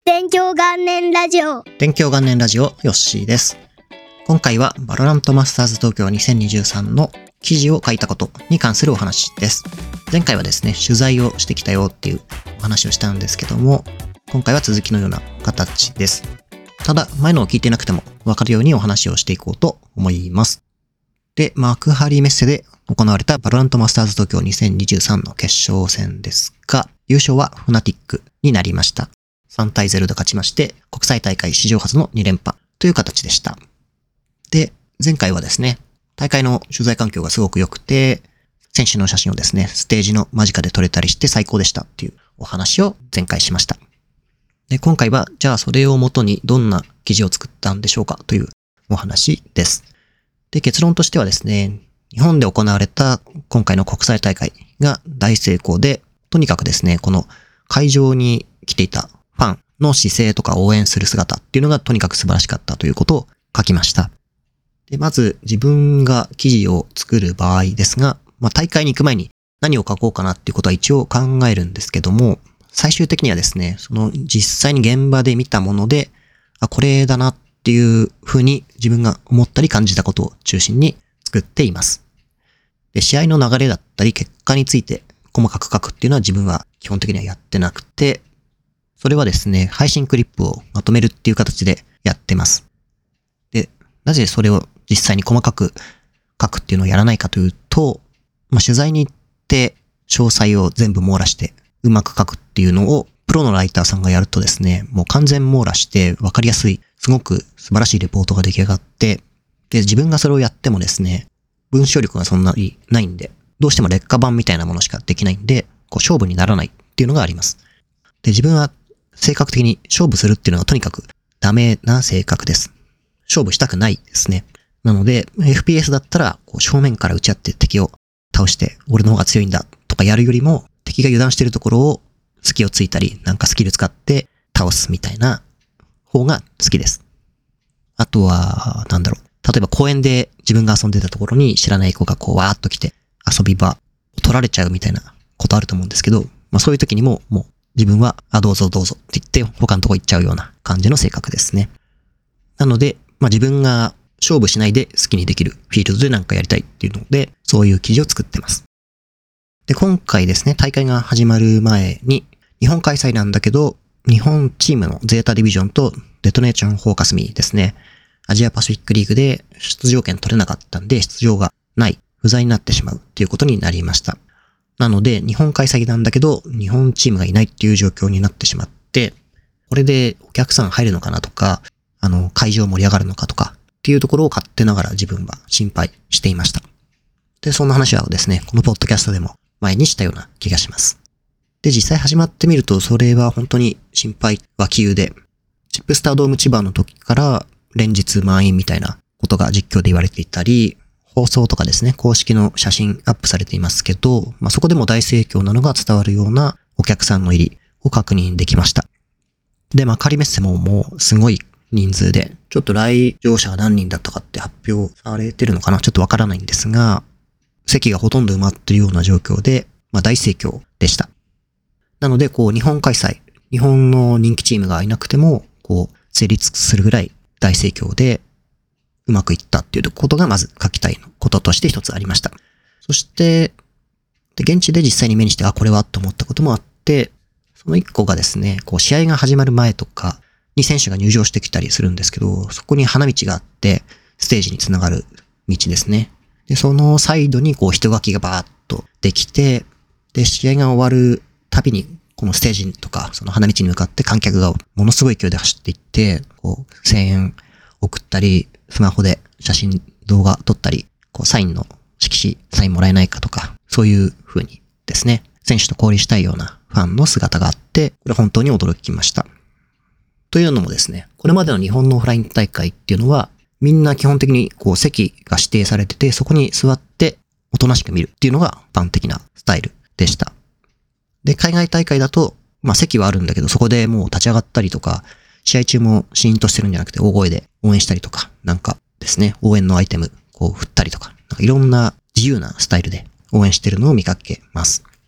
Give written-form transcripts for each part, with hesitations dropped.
勉強元年ラジオ。 勉強元年ラジオヨッシーです。今回はバロラントマスターズ東京2023の記事を書いたことに関するお話です。前回はですね、取材をしてきたよっていうお話をしたんですけども、今回は続きのような形です。ただ、前のを聞いてなくてもわかるようにお話をしていこうと思います。で、幕張メッセで行われたバロラントマスターズ東京2023の決勝戦ですが、優勝はフナティックになりました。3対0で勝ちまして、国際大会史上初の2連覇という形でした。で、前回はですね、大会の取材環境がすごく良くて、選手の写真をですね、ステージの間近で撮れたりして最高でしたっていうお話を前回しました。で、今回は、じゃあそれをもとにどんな記事を作ったんでしょうかというお話です。で、結論としてはですね、日本で行われた今回の国際大会が大成功で、とにかくですね、この会場に来ていたファンの姿勢とか応援する姿っていうのがとにかく素晴らしかったということを書きました。で、まず自分が記事を作る場合ですが、大会に行く前に何を書こうかなっていうことは一応考えるんですけども、最終的にはですね、その実際に現場で見たもので、これだなっていうふうに自分が思ったり感じたことを中心に作っています。で、試合の流れだったり結果について細かく書くっていうのは自分は基本的にはやってなくて、それはですね、配信クリップをまとめるっていう形でやってます。で、なぜそれを実際に細かく書くっていうのをやらないかというと、取材に行って詳細を全部網羅してうまく書くっていうのをプロのライターさんがやるとですね、もう完全網羅して分かりやすい、すごく素晴らしいレポートが出来上がって、で、自分がそれをやってもですね、文章力がそんなにないんで、どうしても劣化版みたいなものしかできないんで、勝負にならないっていうのがあります。で、自分は性格的に勝負するっていうのがとにかくダメな性格です。勝負したくないですね。なので、FPS だったら、正面から打ち合って敵を倒して、俺の方が強いんだとかやるよりも、敵が油断してるところを隙をついたり、なんかスキル使って倒すみたいな方が好きです。あとは、例えば公園で自分が遊んでたところに知らない子がわーっと来て遊び場を取られちゃうみたいなことあると思うんですけど、そういう時にももう自分は、どうぞどうぞって言って他のとこ行っちゃうような感じの性格ですね。なので、自分が勝負しないで好きにできるフィールドでなんかやりたいっていうので、そういう記事を作ってます。で、今回ですね、大会が始まる前に、日本開催なんだけど、日本チームのゼータディビジョンとデトネーションフォーカスミーですね、アジアパシフィックリーグで出場権取れなかったんで、出場がない、不在になってしまうっていうことになりました。なので、日本開催なんだけど、日本チームがいないっていう状況になってしまって、これでお客さん入るのかなとか、会場盛り上がるのかとかっていうところを勝手ながら自分は心配していました。で、そんな話はですね、このポッドキャストでも前にしたような気がします。で、実際始まってみると、それは本当に心配は杞憂で、チップスタードーム千葉の時から連日満員みたいなことが実況で言われていたり、放送とかですね、公式の写真アップされていますけど、そこでも大盛況なのが伝わるようなお客さんの入りを確認できました。で、幕張メッセももうすごい人数で、ちょっと来場者が何人だったかって発表されてるのかな、ちょっとわからないんですが、席がほとんど埋まってるような状況で、大盛況でした。なので、日本開催、日本の人気チームがいなくても、成立するぐらい大盛況で、うまくいったっていうことがまず書きたいこととして一つありました。そして、現地で実際に目にして、これはと思ったこともあって、その一個がですね、試合が始まる前とかに選手が入場してきたりするんですけど、そこに花道があって、ステージにつながる道ですね。で、そのサイドに人垣がバーッとできて、で、試合が終わるたびに、このステージとか、その花道に向かって観客がものすごい勢いで走っていって、声援送ったり、スマホで写真、動画撮ったり、サインの色紙、サインもらえないかとか、そういう風にですね、選手と交流したいようなファンの姿があって、これ本当に驚きました。というのもですね、これまでの日本のオフライン大会っていうのは、みんな基本的に席が指定されてて、そこに座っておとなしく見るっていうのが一般的なスタイルでした。で、海外大会だと、席はあるんだけど、そこでもう立ち上がったりとか、試合中もシーンとしてるんじゃなくて大声で応援したりとか、なんかですね、応援のアイテム振ったりとか、いろんな自由なスタイルで応援してるのを見かけます。で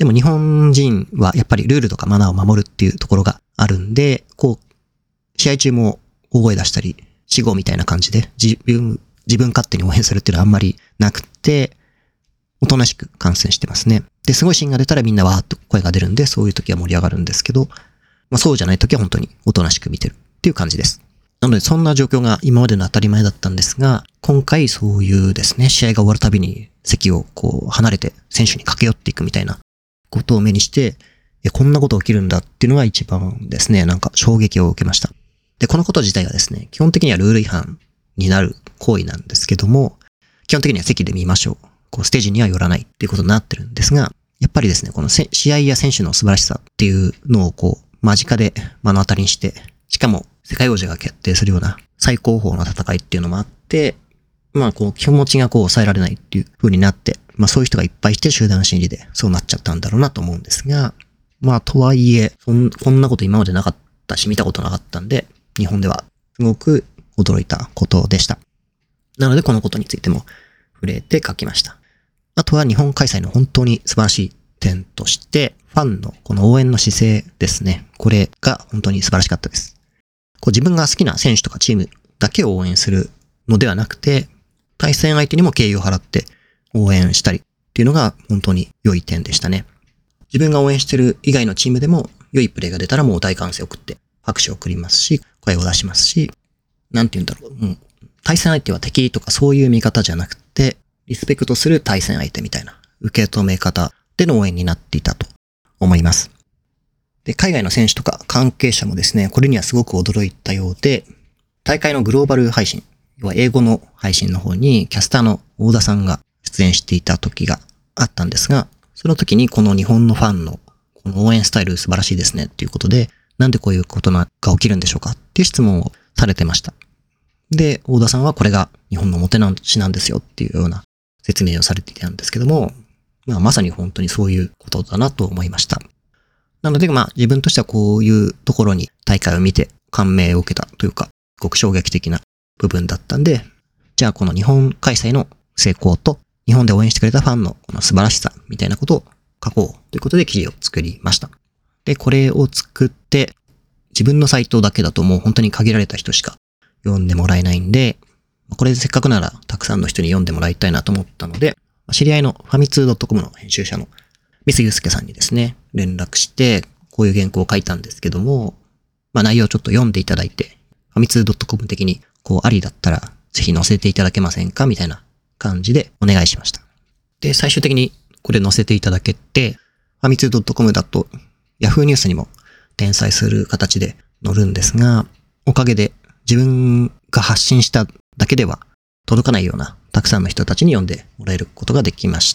でも日本人はやっぱりルールとかマナーを守るっていうところがあるんで、試合中も大声出したり、死後みたいな感じで自分勝手に応援するっていうのはあんまりなくて、おとなしく観戦してますね。で、すごいシーンが出たらみんなわーっと声が出るんで、そういう時は盛り上がるんですけど、そうじゃない時は本当におとなしく見てるっていう感じです。なので、そんな状況が今までの当たり前だったんですが、今回そういうですね、試合が終わるたびに席を離れて選手に駆け寄っていくみたいなことを目にして、こんなこと起きるんだっていうのが一番ですね、衝撃を受けました。で、このこと自体がですね、基本的にはルール違反になる行為なんですけども、基本的には席で見ましょう。ステージには寄らないっていうことになってるんですが、やっぱりですね、この試合や選手の素晴らしさっていうのを間近で目の当たりにして、しかも世界王者が決定するような最高峰の戦いっていうのもあって、気持ちが抑えられないっていう風になって、そういう人がいっぱいして集団心理でそうなっちゃったんだろうなと思うんですが、とはいえ、こんなこと今までなかったし見たことなかったんで、日本ではすごく驚いたことでした。なのでこのことについても触れて書きました。あとは日本開催の本当に素晴らしい点として、ファンのこの応援の姿勢ですね。これが本当に素晴らしかったです。自分が好きな選手とかチームだけを応援するのではなくて、対戦相手にも敬意を払って応援したりっていうのが本当に良い点でしたね。自分が応援してる以外のチームでも良いプレーが出たらもう大歓声を送って拍手を送りますし、声を出しますし、対戦相手は敵とかそういう見方じゃなくて、リスペクトする対戦相手みたいな受け止め方での応援になっていたと思います。で、海外の選手とか関係者もですね、これにはすごく驚いたようで、大会のグローバル配信、要は英語の配信の方にキャスターの大田さんが出演していた時があったんですが、その時にこの日本のファンのこの応援スタイル素晴らしいですねっていうことで、なんでこういうことが起きるんでしょうかっていう質問をされてました。で、大田さんはこれが日本のもてなしなんですよっていうような説明をされていたんですけども、まさに本当にそういうことだなと思いました。なので自分としてはこういうところに大会を見て感銘を受けたというか、すごく衝撃的な部分だったんで、じゃあこの日本開催の成功と日本で応援してくれたファンのこの素晴らしさみたいなことを書こうということで記事を作りました。で、これを作って自分のサイトだけだともう本当に限られた人しか読んでもらえないんで、これでせっかくならたくさんの人に読んでもらいたいなと思ったので、知り合いのファミツー .com の編集者のミスユースケさんにですね、連絡して、こういう原稿を書いたんですけども、内容をちょっと読んでいただいて、ファミツー .com 的にありだったら、ぜひ載せていただけませんかみたいな感じでお願いしました。で、最終的にこれ載せていただけて、ファミツー .com だと Yahoo ニュースにも転載する形で載るんですが、おかげで自分が発信しただけでは届かないようなたくさんの人たちに読んでもらえることができました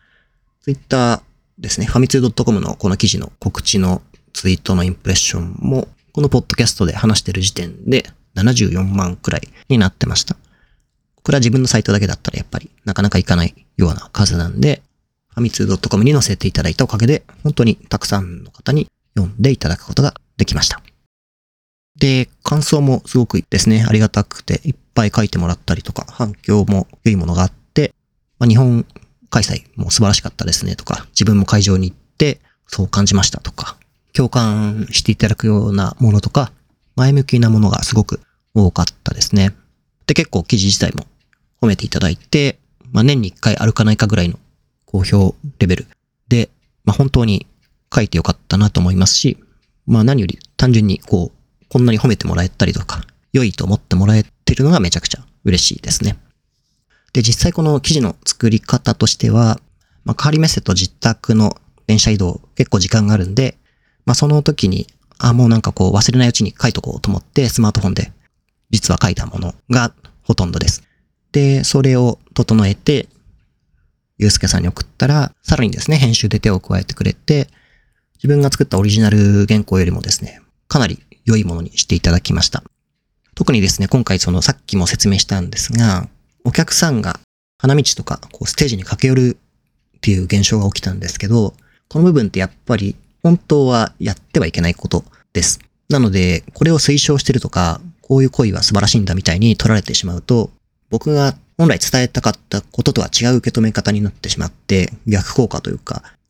。Twitterですね、ファミツー .com のこの記事の告知のツイートのインプレッションも、このポッドキャストで話してる時点で74万くらいになってました。これは自分のサイトだけだったらやっぱりなかなかいかないような数なんで、ファミツー .com に載せていただいたおかげで、本当にたくさんの方に読んでいただくことができました。で、感想もすごくですね、ありがたくていっぱい書いてもらったりとか、反響も良いものがあって、日本開催も素晴らしかったですねとか、自分も会場に行ってそう感じましたとか、共感していただくようなものとか、前向きなものがすごく多かったですね。で、結構記事自体も褒めていただいて、年に1回あるかないかぐらいの好評レベルで、本当に書いてよかったなと思いますし、何より単純にこんなに褒めてもらえたりとか、良いと思ってもらえてるのがめちゃくちゃ嬉しいですね。で、実際この記事の作り方としては、カーリーメッセと自宅の電車移動結構時間があるんで、その時に、もう忘れないうちに書いとこうと思ってスマートフォンで実は書いたものがほとんどです。で、それを整えて、ゆうすけさんに送ったら、さらにですね、編集で手を加えてくれて、自分が作ったオリジナル原稿よりもですね、かなり良いものにしていただきました。特にですね、今回さっきも説明したんですが、お客さんが花道とかステージに駆け寄るっていう現象が起きたんですけど、この部分ってやっぱり本当はやってはいけないことです。なので、これを推奨してるとか、こういう行為は素晴らしいんだみたいに取られてしまうと、僕が本来伝えたかったこととは違う受け止め方になってしまって、逆効果というか、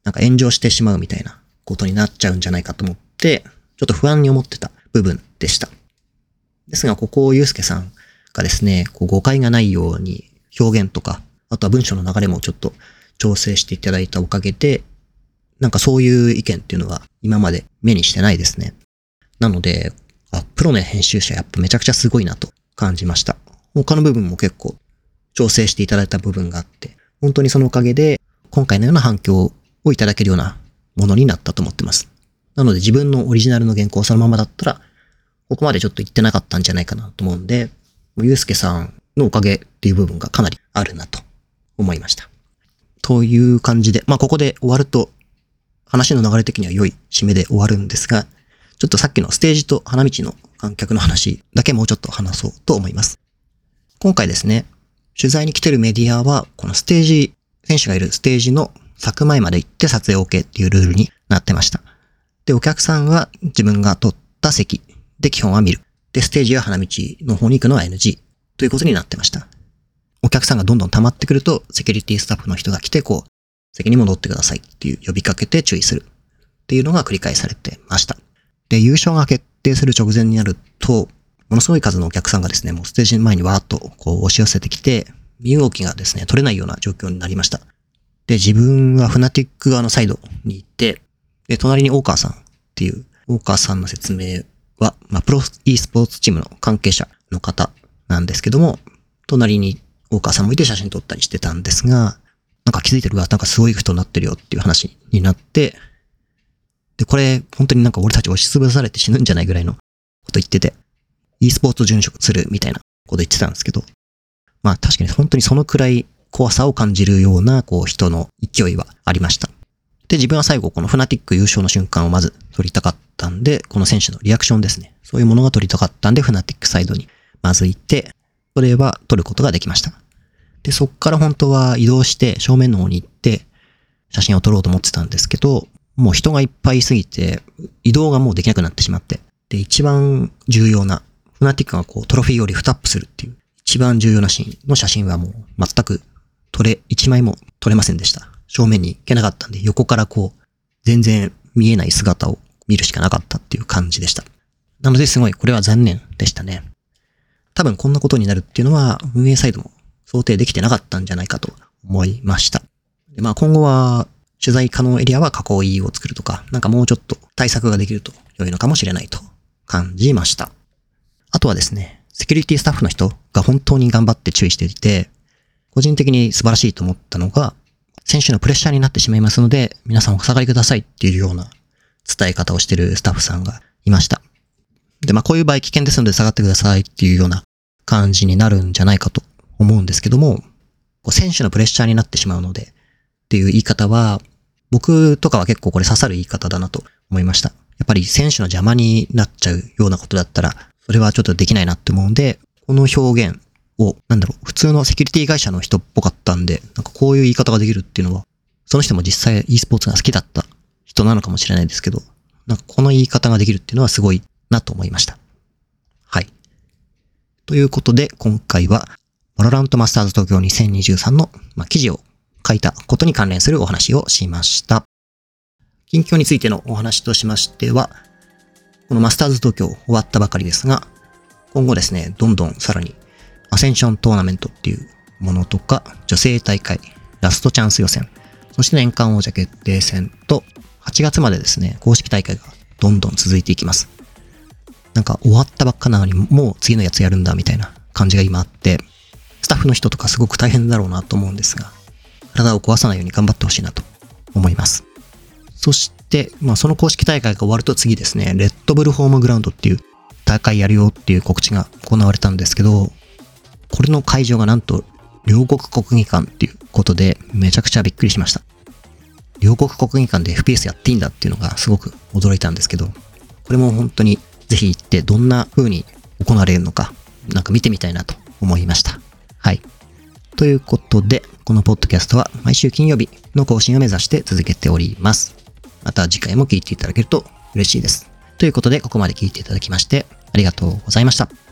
なんか炎上してしまうみたいなことになっちゃうんじゃないかと思って、ちょっと不安に思ってた部分でした。ですが、ここ、ゆうすけさんがですね、誤解がないように表現とか、あとは文章の流れもちょっと調整していただいたおかげで、なんかそういう意見っていうのは今まで目にしてないですね。なので、プロの編集者やっぱめちゃくちゃすごいなと感じました。他の部分も結構調整していただいた部分があって、本当にそのおかげで今回のような反響をいただけるようなものになったと思ってます。なので自分のオリジナルの原稿そのままだったら、ここまでちょっと言ってなかったんじゃないかなと思うんで、ゆうすけさんのおかげっていう部分がかなりあるなと思いました。という感じで、ここで終わると話の流れ的には良い締めで終わるんですが、ちょっとさっきのステージと花道の観客の話だけもうちょっと話そうと思います。今回ですね、取材に来てるメディアは、このステージ、選手がいるステージの柵前まで行って撮影 OK っていうルールになってました。で、お客さんは自分が取った席で基本は見る。で、ステージや花道の方に行くのは NG ということになってました。お客さんがどんどん溜まってくると、セキュリティスタッフの人が来て、席に戻ってくださいっていう呼びかけて注意するっていうのが繰り返されてました。で、優勝が決定する直前になると、ものすごい数のお客さんがですね、もうステージ前にわーっと押し寄せてきて、身動きがですね、取れないような状況になりました。で、自分はフナティック側のサイドに行って、で、隣に大川さんっていう、大川さんの説明は、プロ e スポーツチームの関係者の方なんですけども、隣に大川さんもいて写真撮ったりしてたんですが、なんか気づいてるわ、なんかすごい人になってるよっていう話になって、で、これ本当になんか俺たち押しつぶされて死ぬんじゃないぐらいのこと言ってて、e スポーツ殉職するみたいなこと言ってたんですけど、確かに本当にそのくらい怖さを感じるような人の勢いはありました。で、自分は最後このフナティック優勝の瞬間をまず撮りたかったんで、この選手のリアクションですね。そういうものが撮りたかったんで、フナティックサイドにまず行って、それは撮ることができました。で、そっから本当は移動して正面の方に行って写真を撮ろうと思ってたんですけど、もう人がいっぱいいすぎて移動がもうできなくなってしまって、で、一番重要なフナティックがトロフィーより2アップするっていう一番重要なシーンの写真はもう全く1枚も撮れませんでした。正面に行けなかったんで、横から全然見えない姿を見るしかなかったっていう感じでした。なのですごいこれは残念でしたね。多分こんなことになるっていうのは運営サイドも想定できてなかったんじゃないかと思いました。で、今後は取材可能エリアは囲いを作るとか、なんかもうちょっと対策ができると良いのかもしれないと感じました。あとはですね、セキュリティスタッフの人が本当に頑張って注意していて、個人的に素晴らしいと思ったのが、選手のプレッシャーになってしまいますので、皆さんお下がりくださいっていうような伝え方をしているスタッフさんがいました。で、こういう場合危険ですので下がってくださいっていうような感じになるんじゃないかと思うんですけども、選手のプレッシャーになってしまうのでっていう言い方は、僕とかは結構これ刺さる言い方だなと思いました。やっぱり選手の邪魔になっちゃうようなことだったら、それはちょっとできないなって思うんで、この表現を、普通のセキュリティ会社の人っぽかったんで、なんかこういう言い方ができるっていうのは、その人も実際 e スポーツが好きだった人なのかもしれないですけど、なんかこの言い方ができるっていうのはすごいなと思いました。はい。ということで、今回は、バロラントマスターズ東京2023の、記事を書いたことに関連するお話をしました。近況についてのお話としましては、このマスターズ東京終わったばかりですが、今後ですね、どんどんさらにアセンショントーナメントっていうものとか、女性大会、ラストチャンス予選、そして年間王者決定戦と、8月までですね、公式大会がどんどん続いていきます。なんか終わったばっかなのに、もう次のやつやるんだみたいな感じが今あって、スタッフの人とかすごく大変だろうなと思うんですが、体を壊さないように頑張ってほしいなと思います。そして、その公式大会が終わると次ですね、レッドブルホームグラウンドっていう大会やるよっていう告知が行われたんですけど、これの会場がなんと両国国技館っていうことでめちゃくちゃびっくりしました。両国国技館で FPS やっていいんだっていうのがすごく驚いたんですけど、これも本当にぜひ行ってどんな風に行われるのか、なんか見てみたいなと思いました。はい。ということで、このポッドキャストは毎週金曜日の更新を目指して続けております。また次回も聞いていただけると嬉しいです。ということで、ここまで聞いていただきましてありがとうございました。